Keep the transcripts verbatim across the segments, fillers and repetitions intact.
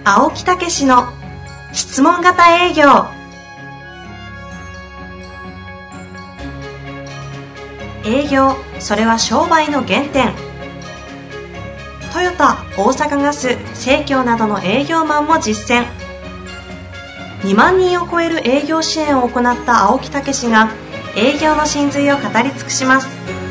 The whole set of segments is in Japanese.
青木武氏の質問型営業。営業、それは商売の原点。トヨタ、大阪ガス、生協などの営業マンも実践。にまんにんを超える営業支援を行った青木武氏が営業の真髄を語り尽くします。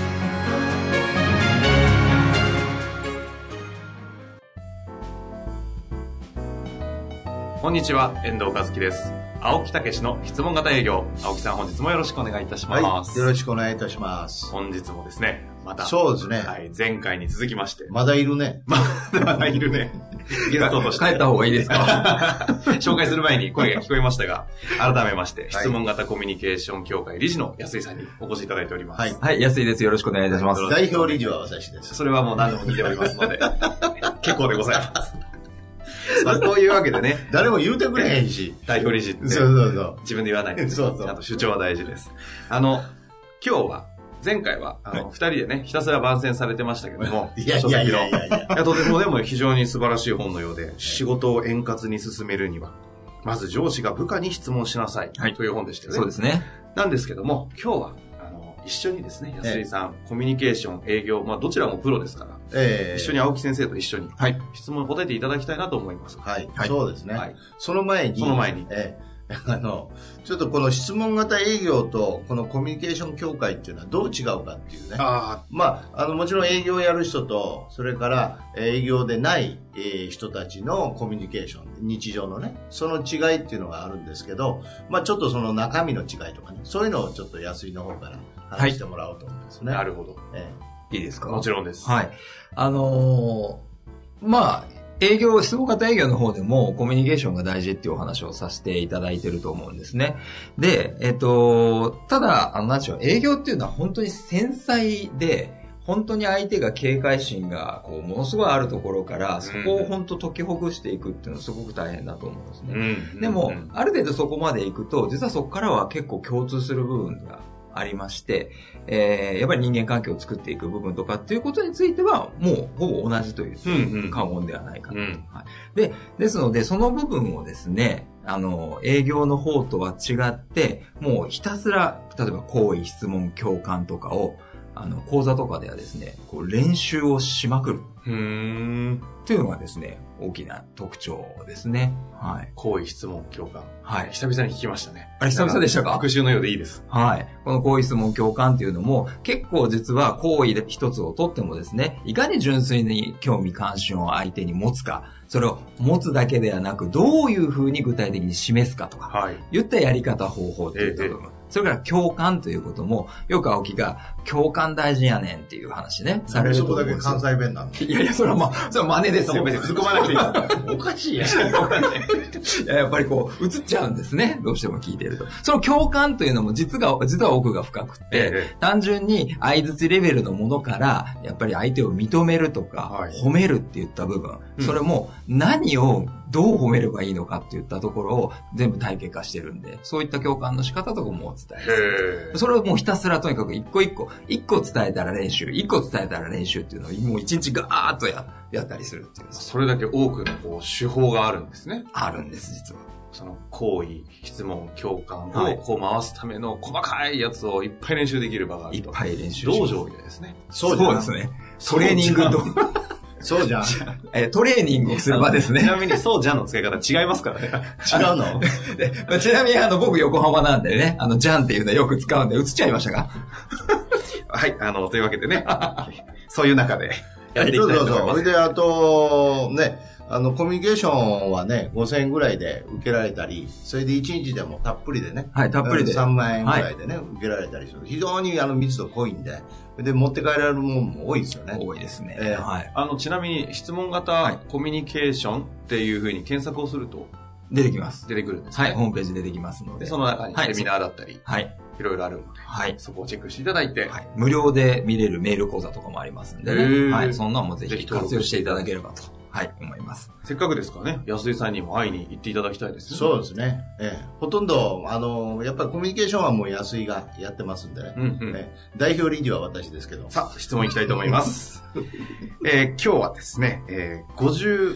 こんにちは、遠藤和樹です。青木武の質問型営業。青木さん、本日もよろしくお願いいたします。 はい、よろしくお願いいたします。 本日もですね、また。 そうですね。 はい、前回に続きまして。 まだいるね。 まだ、まだいるね。ゲストとして。 帰った方がいいですか紹介する前に声が聞こえましたが、改めまして、質問型コミュニケーション協会理事の安井さんにお越しいただいております。 はい。はい、安井です。よろしくお願いいたします。 代表理事は私です。 それはもう何度も聞いておりますので、結構でございます。まあ、というわけでね。 誰も言うてくれへんし。 代表理事って。 そうそうそう。 自分で言わないで。 そうそう。 あと主張は大事です。あの、今日は、前回は、あの、二、はい、人でね、ひたすら番宣されてましたけども。 いやいやいやいやいや。いや、 とてもでも非常に素晴らしい本のようで、仕事を円滑に進めるには、まず上司が部下に質問しなさい。はい。という本でしたよね。 そうですね。 なんですけども、今日は、一緒にですね、安井さん、ええ、コミュニケーション、営業、まあどちらもプロですから、ええ、一緒に青木先生と一緒に、はい、質問に答えていただきたいなと思います。 はい、はい、そうですね。はい、その前に、 その前に、 ええ、あの、ちょっとこの質問型営業とこのコミュニケーション協会っていうのはどう違うかっていうね。あまあ、あの、もちろん営業をやる人と、それから営業でない、えー、人たちのコミュニケーション、日常のね、その違いっていうのがあるんですけど、まあちょっとその中身の違いとかね、そういうのをちょっと安井の方から話してもらおうと思うんですね。 はい、なるほど。 ええ、いいですか？ もちろんです。 はい。あのー、まあ、営業、質問型営業の方でもコミュニケーションが大事っていうお話をさせていただいてると思うんですね。で、えっと、ただ、あの、なんでしょう、営業っていうのは本当に繊細で、本当に相手が警戒心がこうものすごいあるところからそこを本当解きほぐしていくっていうのはすごく大変だと思うんですね。うん、でも、ある程度そこまで行くと実はそこからは結構共通する部分がありまして、えー、やっぱり人間関係を作っていく部分とかっていうことについてはもうほぼ同じという過言ではないかなと、うんうんはい。で、ですのでその部分をですね、あの、営業の方とは違ってもうひたすら例えば好意、質問、共感とかをあの、講座とかではですね、こう練習をしまくる。 うーん。 というのがですね、大きな特徴ですね。はい。 好意、質問、共感。 はい。 久々に聞きましたね。 あれ、久々でしたか？ 復習のようでいいです。 はい。この好意、質問、共感っていうのも、結構実は好意で一つをとってもですね、いかに純粋に興味関心を相手に持つか、それを持つだけではなく、どういうふうに具体的に示すかとか、はい。言ったやり方、方法っていった部分。ええそれから共感ということも、よく青木が共感大事やねんっていう話ね。 されると思うんですよ。そこだけ関西弁なんいやいや、それはまあ、それは真似ですよ。 別に突っ込まなくていい。おかしいやん。 いや、やっぱりこう、映っちゃうんですね。どうしても聞いてると。その共感というのも実が、実は奥が深くて、ええ、単純に相槌レベルのものから、やっぱり相手を認めるとか、はい、褒めるって言った部分、うん、それも何をどう褒めればいいのかって言ったところを全部体系化してるんで、そういった共感の仕方とかもお伝えする。それをもうひたすらとにかく一個一個、一個伝えたら練習、一個伝えたら練習っていうのをもう一日ガーッと や, やったりするっていう。 それだけ多くのこう手法があるんですね。 あるんです、実は。 その好意、質問、共感をこう回すための細かいやつをいっぱい練習できる場があると。 いっぱい練習道場みたいですね。 そうですね。トレーニングと。 そうじゃん。 え、トレーニングをする場ですね。 ちなみに、そうじゃんの使い方違いますからね。 違うので、まあ、ちなみに、あの、僕横浜なんでね、あの、じゃんっていうのよく使うんで、映っちゃいましたかはい、あの、というわけでね、そういう中でやっていきたいと思います。そうそうそう。 それで、あと、ね、あの、コミュニケーションはね、ごせんえんぐらいで受けられたり、それでいちにちでもたっぷりでね。 はい、たっぷりで。 さんまんえんぐらいでね、はい、受けられたりする。非常にあの密度濃いんで、で、持って帰られるものも多いですよね。 多いですね。 えー、 はい。 あの、ちなみに質問型コミュニケーションっていう風に検索をすると、 出てきます。 出てくるんですね。 はい、ホームページ出てきますので。 で、その中にセミナーだったり、 はい。 いろいろあるので、はい。そこをチェックしていただいて、はい。 無料で見れるメール講座とかもありますんでね。はい。そんなのもぜひ活用していただければと。はい、思います。 せっかくですからね、安井さんにも会いに行っていただきたいですね。 そうですね。ええ、ほとんど、あの、やっぱりコミュニケーションはもう安井がやってますんでね。うんうんええ、代表理事は私ですけど。 さあ、質問いきたいと思います。えー、今日はですね、えー、ごじゅう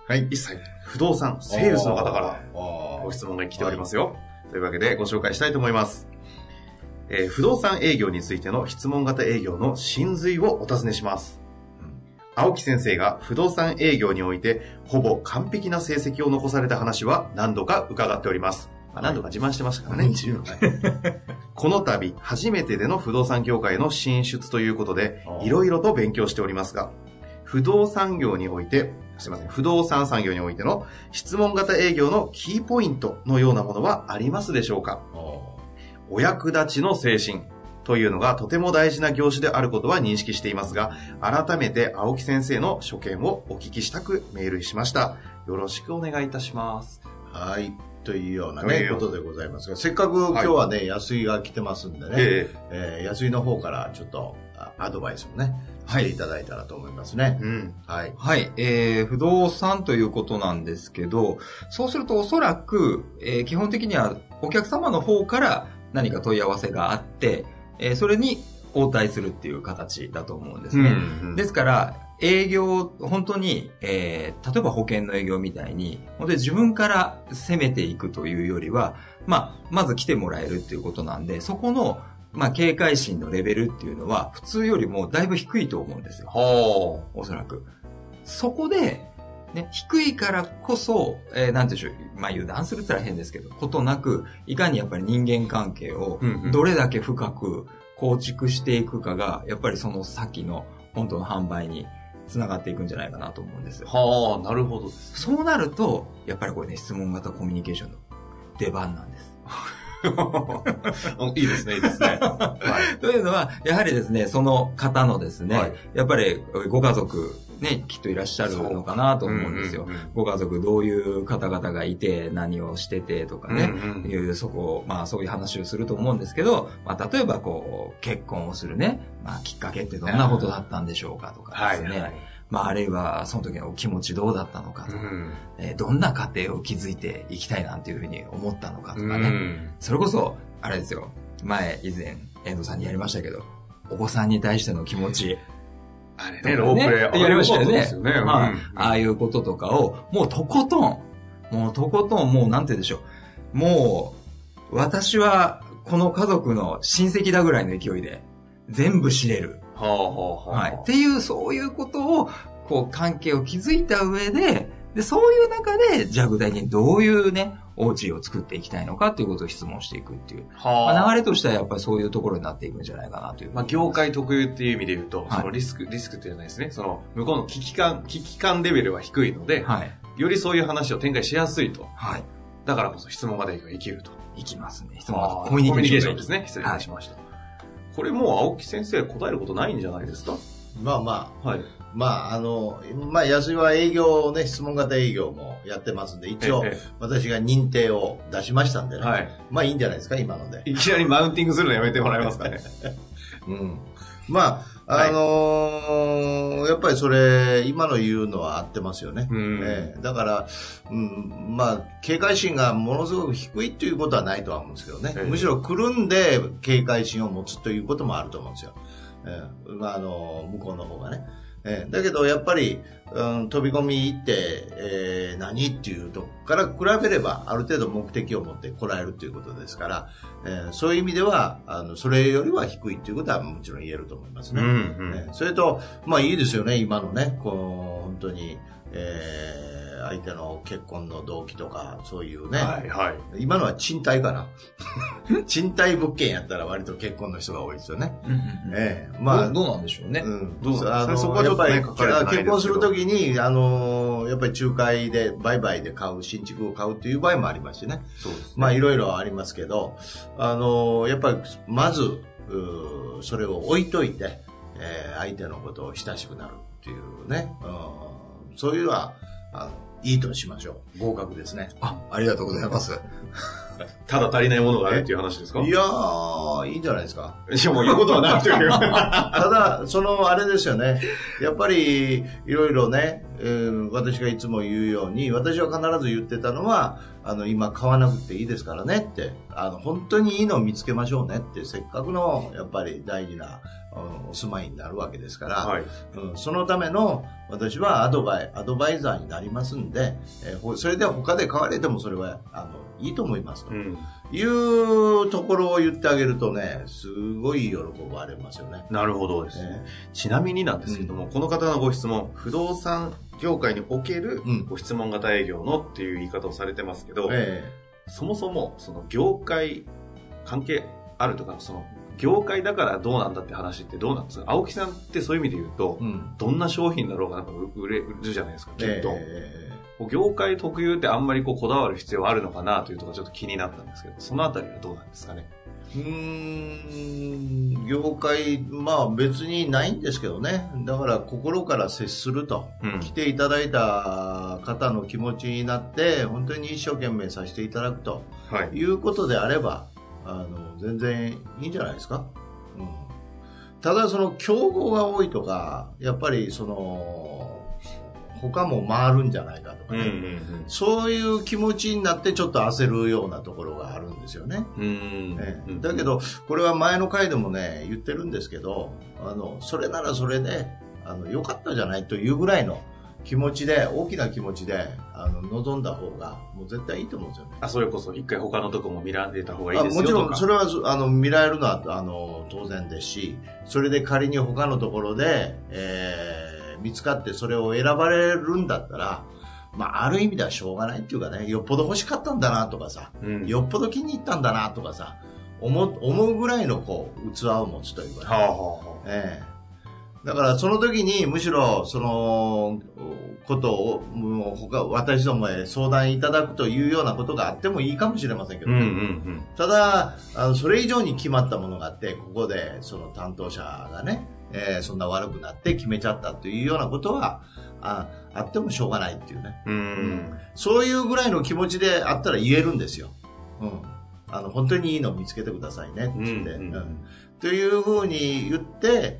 はい。一切、不動産、セールスの方からご質問が来ておりますよ。はい、というわけでご紹介したいと思います。えー、不動産営業についての質問型営業の真髄をお尋ねします。うん、青木先生が不動産営業においてほぼ完璧な成績を残された話は何度か伺っております。まあ、何度か自慢してましたからね、一応。この度、初めてでの不動産業界の進出ということで、いろいろと勉強しておりますが、不動産業において、すいません、不動産産業においての質問型営業のキーポイントのようなものはありますでしょうか？お役立ちの精神というのがとても大事な業種であることは認識していますが、改めて青木先生の所見をお聞きしたくメールしました。よろしくお願いいたします。 はい。というようなね、ことでございますが、せっかく今日はね、はい、安井が来てますんでね、えーえー、安井の方からちょっとアドバイスをね、していただいたらと思いますね。はい。うん、 はい。はい。えー、不動産ということなんですけど、そうするとおそらく、えー、基本的にはお客様の方から何か問い合わせがあって、えー、それに応対するっていう形だと思うんですね。うんうん、ですから、営業、本当に、えー、例えば保険の営業みたいに、本当に自分から攻めていくというよりは、まあ、まず来てもらえるっていうことなんで、そこの、まあ、警戒心のレベルっていうのは、普通よりもだいぶ低いと思うんですよ。 はあ。おそらく。そこで、ね、低いからこそ、えー、なんていうんでしょう、まあ、油断するって言ったら変ですけど、ことなく、いかにやっぱり人間関係を、どれだけ深く構築していくかが、やっぱりその先の本当の販売に、つながっていくんじゃないかなと思うんですよ。 はあ、なるほどです。 そうなると、やっぱりこれね、質問型コミュニケーションの出番なんです。 いいですね、いいですね。 はい、というのは、やはりですね、その方のですね、はい、やっぱりご家族、ね、きっといらっしゃるのかなと思うんですよ。うんうんうん、ご家族どういう方々がいて、何をしててとかね、うんうん、いうそこ、まあそういう話をすると思うんですけど、まあ例えばこう、結婚をするね、まあきっかけってどんなことだったんでしょうかとかですね。はいはい、まああるいはその時のお気持ちどうだったのかとか、うん、えー、どんな家庭を築いていきたいなんていうふうに思ったのかとかね。うん、それこそ、あれですよ、前以前遠藤さんにやりましたけど、お子さんに対しての気持ち、 あれね、ロープレイ、 やりましたよね。 ですよね。うん、 はい。ああいうこととかを、もうとことん、もうとことん、もうなんて言うんでしょう。もう、私は、この家族の親戚だぐらいの勢いで、全部知れる。 はあはあはあ。 はい。っていう、そういうことを、こう、関係を築いた上で、で、そういう中で、じゃあ具体的にどういうね、お家を作っていきたいのかっていうことを質問していくっていう。はあ、まあ、流れとしてはやっぱりそういうところになっていくんじゃないかなという。 まあ、業界特有っていう意味で言うと、はい、そのリスク、リスクっていうのはですね、その、向こうの危機感、危機感レベルは低いので、はい、よりそういう話を展開しやすいと。はい。だからこそ質問型営業が生きると。 生きますね。質問型コミュニケーションですね。失礼いたしました。はい、これもう青木先生答えることないんじゃないですか？ まあまあ。はい。まあ、あの、まあ、安井は営業ね、質問型営業もやってますんで、一応、私が認定を出しましたんでね。はい。まあ、いいんじゃないですか、今ので。 いきなりマウンティングするのやめてもらえますかね。 うん。まあ、あのーはい、やっぱりそれ、今の言うのは合ってますよね。うん、えー、だから、うん、まあ、警戒心がものすごく低いっていうことはないとは思うんですけどね。むしろくるんで警戒心を持つということもあると思うんですよ。えー、まあ、あのー、向こうの方がね。えー、だけどやっぱり、うん、飛び込み行って、えー、何っていうとこから比べればある程度目的を持ってこられるということですから、えー、そういう意味ではあのそれよりは低いということはもちろん言えると思いますね。うんうん、えー、それとまあいいですよね、今のね、この本当に、えー相手の結婚の動機とかそういうね、はいはい、今のは賃貸かな賃貸物件やったら割と結婚の人が多いですよね。うんうんうん、 えー、まあどうなんでしょうね。うん、 どうあのそこはちょっとね、結婚するときにあのやっぱり仲介で売買で買う新築を買うという場合もありますしね。そうですね。まあいろいろありますけど、あのやっぱりまずそれを置いといて、えー、相手のことを親しくなるっていうね、うん、そういうのはあのいいとしましょう。合格ですね。 あ、ありがとうございます。 ただ足りないものがあるっていう話ですか？ いやー、いいんじゃないですか。 いや、もう言うことはなくて。ただ、その、あれですよね。やっぱり、いろいろね、えー、私がいつも言うように、私は必ず言ってたのは、あの、今買わなくていいですからねって、あの、本当にいいのを見つけましょうねって、せっかくの、やっぱり大事な、うん、お住まいになるわけですから、はい、うん、そのための、私はアドバイ、アドバイザーになりますんで、えー、それでは他で買われてもそれは、あの、いいと思いますと、うん、いうところを言ってあげるとね、すごい喜ばれますよね。 なるほどですね。ちなみになんですけども、うん、この方のご質問、不動産業界におけるご質問型営業のっていう言い方をされてますけど、えー、そもそもその業界関係あるとか、その業界だからどうなんだって話ってどうなんですか？青木さんってそういう意味で言うと、うん、どんな商品だろうがなんか売れるじゃないですか、きっと。えー業界特有ってあんまりこうこだわる必要はあるのかなというところがちょっと気になったんですけど、そのあたりはどうなんですかね。 うーん、業界、まあ別にないんですけどね。だから心から接すると、うん、来ていただいた方の気持ちになって本当に一生懸命させていただくと、はい、いうことであれば、あの全然いいんじゃないですか。うん、ただその競合が多いとか、やっぱりその他も回るんじゃないかとかね、うんうんうん、そういう気持ちになってちょっと焦るようなところがあるんですよね。うんうん、ね、だけどこれは前の回でもね言ってるんですけど、あのそれならそれであの良かったじゃないというぐらいの気持ちで、大きな気持ちであの望んだ方がもう絶対いいと思うんですよね。 あ、それこそ一回他のとこも見られた方がいいですよとか。 もちろんそれはあの見られるのはあの当然ですし、それで仮に他のところで、えー見つかってそれを選ばれるんだったら、まあ、ある意味ではしょうがないっていうかね、よっぽど欲しかったんだなとかさ、うん、よっぽど気に入ったんだなとかさ、思う、思うぐらいのこう器を持つというかね、はあはあええ、だからその時にむしろそのことをもう他私どもへ相談いただくというようなことがあってもいいかもしれませんけどね、うんうんうん、ただあのそれ以上に決まったものがあって、ここでその担当者がね、えー、そんな悪くなって決めちゃったというようなことは あ, あってもしょうがないっていうね、うん、うん、そういうぐらいの気持ちであったら言えるんですよ、うん、あの本当にいいのを見つけてくださいねって言って、うんうんうん、というふうに言って、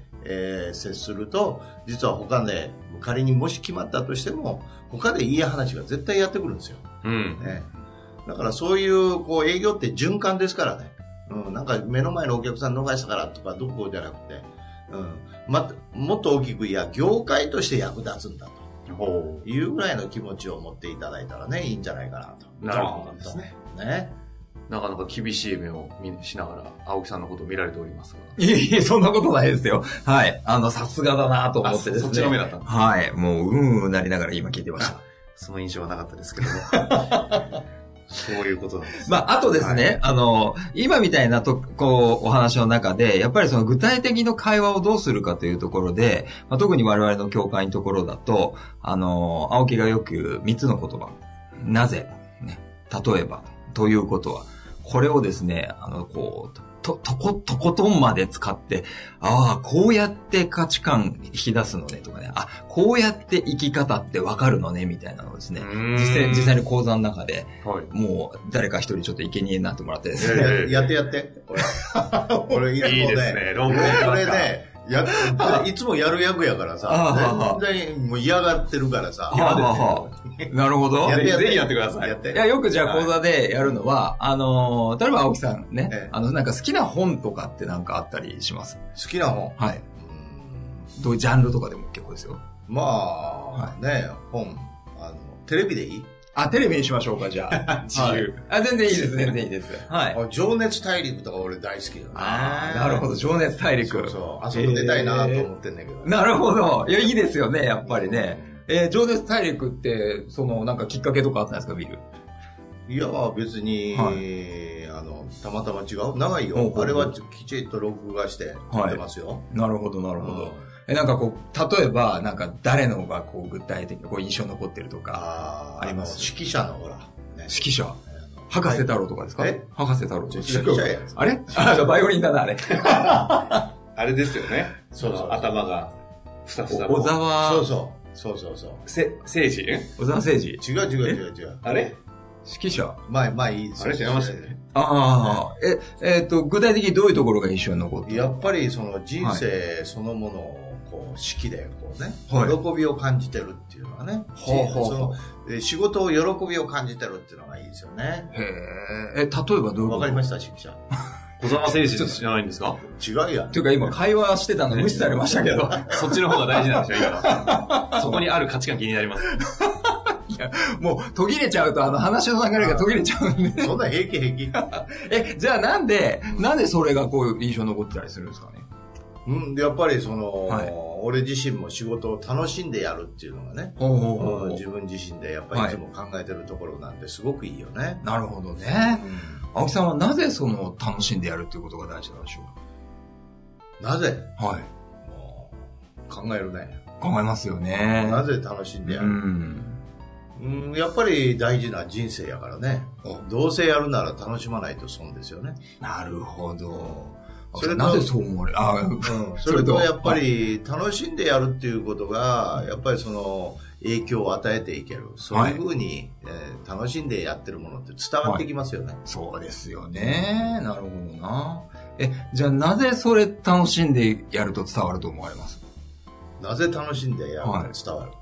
えー、接すると、実は他で仮にもし決まったとしても他でいい話が絶対やってくるんですよ、うんね、だからそういう、こう営業って循環ですからね、うん、なんか目の前のお客さん逃したからとかどこじゃなくて、うんま、もっと大きく、いや業界として役立つんだというぐらいの気持ちを持っていただいたらね、いいんじゃないかなと。 なるほどですね。ね、なかなか厳しい目をしながら青木さんのことを見られておりますが。 いえいえ、そんなことないですよ。はい。あの、さすがだなと思ってですね。 そっちの目だったんです、ね、 はい。もう、うんうんなりながら今聞いてました。 その印象はなかったですけども。そういうことなんです、ね。 まあ、あとですね、はい、あの、今みたいなと、こう、お話の中で、やっぱりその具体的の会話をどうするかというところで、まあ、特に我々の協会のところだと、あの、青木がよく言うみっつの言葉。なぜ、ね、例えば、ということは、これをですね、あの、こう、と、とこ、とことんまで使って、ああ、こうやって価値観引き出すのねとかね、あ、こうやって生き方ってわかるのねみたいなのをですね、実際、実際に講座の中で、はい、もう誰か一人ちょっと生贄になってもらってですね。 やってやって。俺、いつもね、 いいですね、ロングこれね、やいつもやる役やからさ、全然もう嫌がってるからさ。 なるほど。 やってやって。ぜひやってください。やって。 いや、よくじゃあ講座でやるのは、あの、例えば青木さんね、ええ、あの、なんか好きな本とかってなんかあったりします？ 好きな本？ はい。どういうジャンルとかでも結構ですよ。 まあ、はい、ね、本、あの、テレビでいい？ あ、テレビにしましょうか、じゃあ。自由。あ、全然いいです、全然いいです。はい。 情熱大陸とか俺大好きだね。 ああ、なるほど、情熱大陸。 そうそう。あそこ出たいなと思ってんだけど、ねえー。なるほど。いや、いいですよね、やっぱりね。えー、情熱大陸って、その、なんかきっかけとかあったんですか、ビル？ いや、別に、はい、あの、たまたま違う。長いよ。ほうほうほう。あれはきちっと録画して撮ってますよ。はい、 なるほど、なるほど。え、なんかこう、例えば、なんか誰のがこう具体的にこう印象残ってるとか、あります？ 指揮者のほら。 ね、指揮者博士太郎とかですか？え博士太郎。 指揮者や。 あれあ、バイオリンだな、あれ。 あれですよね。そうそう。頭が、ふさふさ。 小沢。 そうそう。そうそうそう。 せ、聖治？ 小沢聖治。 違う違う違う違う。 あれ指揮者まあ、まあいいですよ。 あれ違いましたね。 ああ、え、えっと、具体的にどういうところが印象に残ってる？ やっぱりその人生そのものをこう式でこうね、 はい、 喜びを感じてるっていうのはね、 はあはあ、 その仕事を喜びを感じてるっていうのがいいですよね。 へえ、え、例えばどういうこと？ わかりました、指揮者。 小沢誠司じゃないんですか？ 違うやん。 っていうか今会話してたの無視されましたけど。 そっちの方が大事なんですよ、今。そこにある価値観気になります。 いや、もう途切れちゃうとあの話の流れが途切れちゃうんで。 そんな平気平気。 え、じゃあなんで、なんでそれがこう印象に残ってたりするんですかね？ うん、やっぱりその、 はい、 俺自身も仕事を楽しんでやるっていうのがね、 ほうほうほう、 自分自身でやっぱりいつも考えてるところなんですごくいいよね。はい、 なるほどね。うん青木さんはなぜその楽しんでやるっていうことが大事なんでしょう？なぜ？ はい。 もう考えるね。 考えますよね。 なぜ楽しんでやる？ うん、 うん、やっぱり大事な人生やからね。どうせやるなら楽しまないと損ですよね。 なるほど。 それとなぜそう思われる？あ、 うん、それとやっぱり楽しんでやるっていうことがやっぱりその影響を与えていける。そういうふうに、はい、えー、楽しんでやってるものって伝わってきますよね。はい、 そうですよね。なるほどな。え、じゃあなぜそれ楽しんでやると伝わると思われます？ なぜ楽しんでやると伝わる？はい、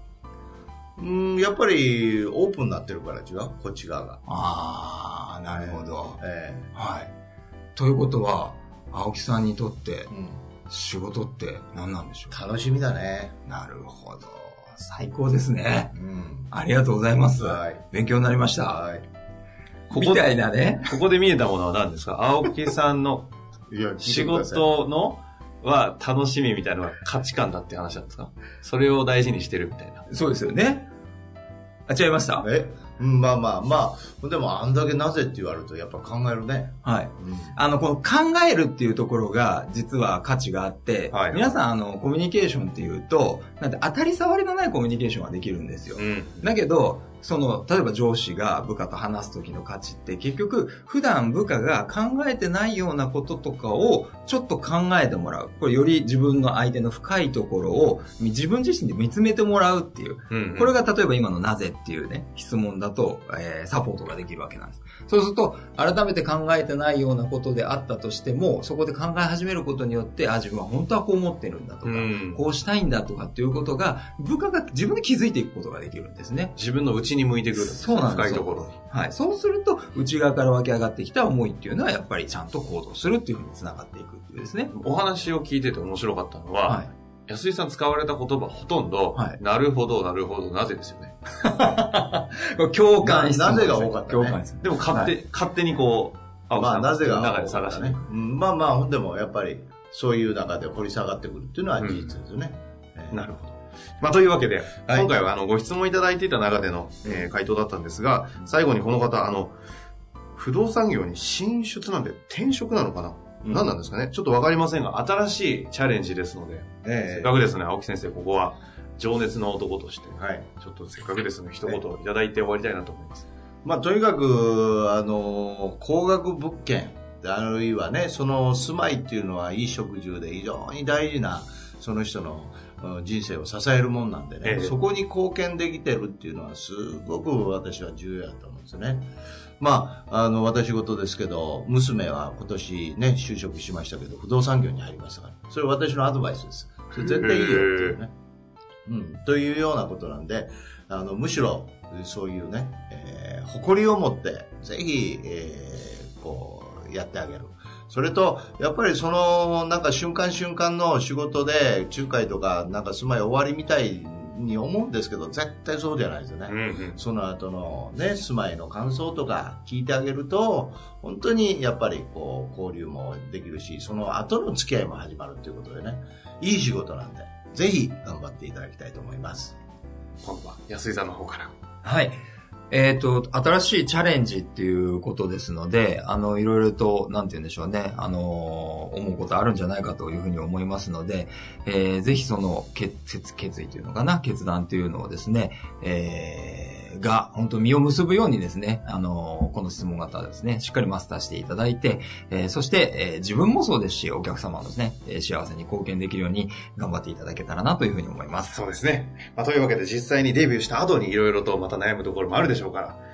うん、やっぱりオープンになってるから違う？こっち側が。 ああ、なるほど。 えー、はい。ということは、青木さんにとって仕事って何なんでしょう？ 楽しみだね。 なるほど。最高ですね。 うん、 ありがとうございます。 はい、 勉強になりました。 はい、 ここみたいなね。 ここで見えたものは何ですか？青木さんの仕事のは楽しみみたいなのが価値観だって話なんですか？それを大事にしてるみたいな。 そうですよね。あ、違いました？ えまあまあまあ、でもあんだけなぜって言われるとやっぱ考えるね。 はい。うん、あの、この考えるっていうところが実は価値があって、はい、皆さんあの、コミュニケーションっていうと、なんて当たり障りのないコミュニケーションができるんですよ。うん、だけど、その、例えば上司が部下と話す時の価値って結局、普段部下が考えてないようなこととかをちょっと考えてもらう。これより自分の相手の深いところを自分自身で見つめてもらうっていう。うんうん、これが例えば今のなぜっていうね、質問だと、えー、サポートができるわけなんです。そうすると、改めて考えてないようなことであったとしても、そこで考え始めることによって、あ、自分は本当はこう思ってるんだとか、うん、こうしたいんだとかっていうことが、部下が自分で気づいていくことができるんですね。 自分の内に向いてくる。 そうなんです。 深いところに。 はい。そうすると、内側から湧き上がってきた思いっていうのは、やっぱりちゃんと行動するっていうふうに繋がっていくっていうですね。 お話を聞いてて面白かったのは、はい、安井さん使われた言葉ほとんど、はい、なるほど、なるほど、なぜですよね。 共感してなぜが多かったね。共感でも勝手、はい、勝手にこう、青木さんの中で探してね。 まあまあ、でもやっぱり、そういう中で掘り下がってくるっていうのは事実ですよね。 うんえー、なるほど。まあ、というわけで、はい、今回はあのご質問いただいていた中での、えー、回答だったんですが、最後にこの方、あの、不動産業に進出なんで転職なのかな、うん、何なんですかね、ちょっとわかりませんが、新しいチャレンジですので、えー、せっかくですね、青木先生、ここは情熱の男として、はい、ちょっとせっかくですね、一言いただいて終わりたいなと思います。 まあ、とにかく、あの、高額物件、あるいはね、その住まいっていうのは衣食住で非常に大事な、その人の人生を支えるもんなんでね、ええ、そこに貢献できてるっていうのはすごく私は重要だと思うんですよね。まあ、あの、私事ですけど、娘は今年ね、就職しましたけど、不動産業に入りましたから、それは私のアドバイスです。それ絶対いいよっていうね。うん、というようなことなんで、あの、むしろ、そういうね、えー、誇りを持って、ぜひ、えー、こう、やってあげる。それと、やっぱりその、なんか瞬間瞬間の仕事で、仲介とか、なんか住まい終わりみたいに思うんですけど、絶対そうじゃないですよね。うんうん、その後のね、住まいの感想とか聞いてあげると、本当にやっぱりこう、交流もできるし、その後の付き合いも始まるということでね、いい仕事なんで、ぜひ頑張っていただきたいと思います。 今度は安井さんの方から。 はい。えっと、新しいチャレンジっていうことですので、あの、いろいろと、なんて言うんでしょうね、あの、思うことあるんじゃないかというふうに思いますので、えー、ぜひその決、決意というのかな、決断というのをですね、えー、が、本当実を結ぶようにですね、あの、この質問型ですね、しっかりマスターしていただいて、えー、そして、えー、自分もそうですし、お客様のですね、えー、幸せに貢献できるように頑張っていただけたらなというふうに思います。 そうですね。まあ、というわけで実際にデビューした後にいろいろとまた悩むところもあるでしょうから、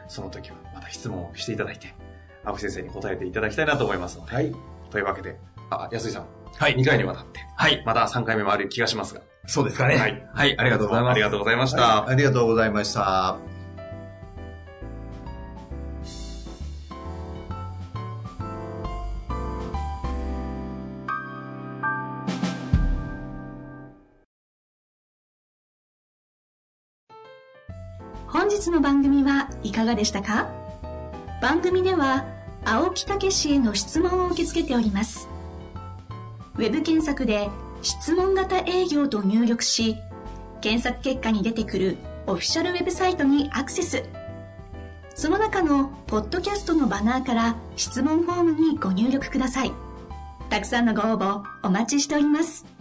その時はまた質問をしていただいて、青木先生に答えていただきたいなと思いますので。 はい。 というわけで、あ、安井さん。 はい。 にかいにわたって。 はい。 またさんかいめもある気がしますが。 そうですかね。 はい。 はい、ありがとうございます。 ありがとうございました。 はい、ありがとうございました。 本日の番組はいかがでしたか？番組では青木武氏への質問を受け付けております。ウェブ検索で質問型営業と入力し、検索結果に出てくるオフィシャルウェブサイトにアクセス。その中のポッドキャストのバナーから質問フォームにご入力ください。たくさんのご応募お待ちしております。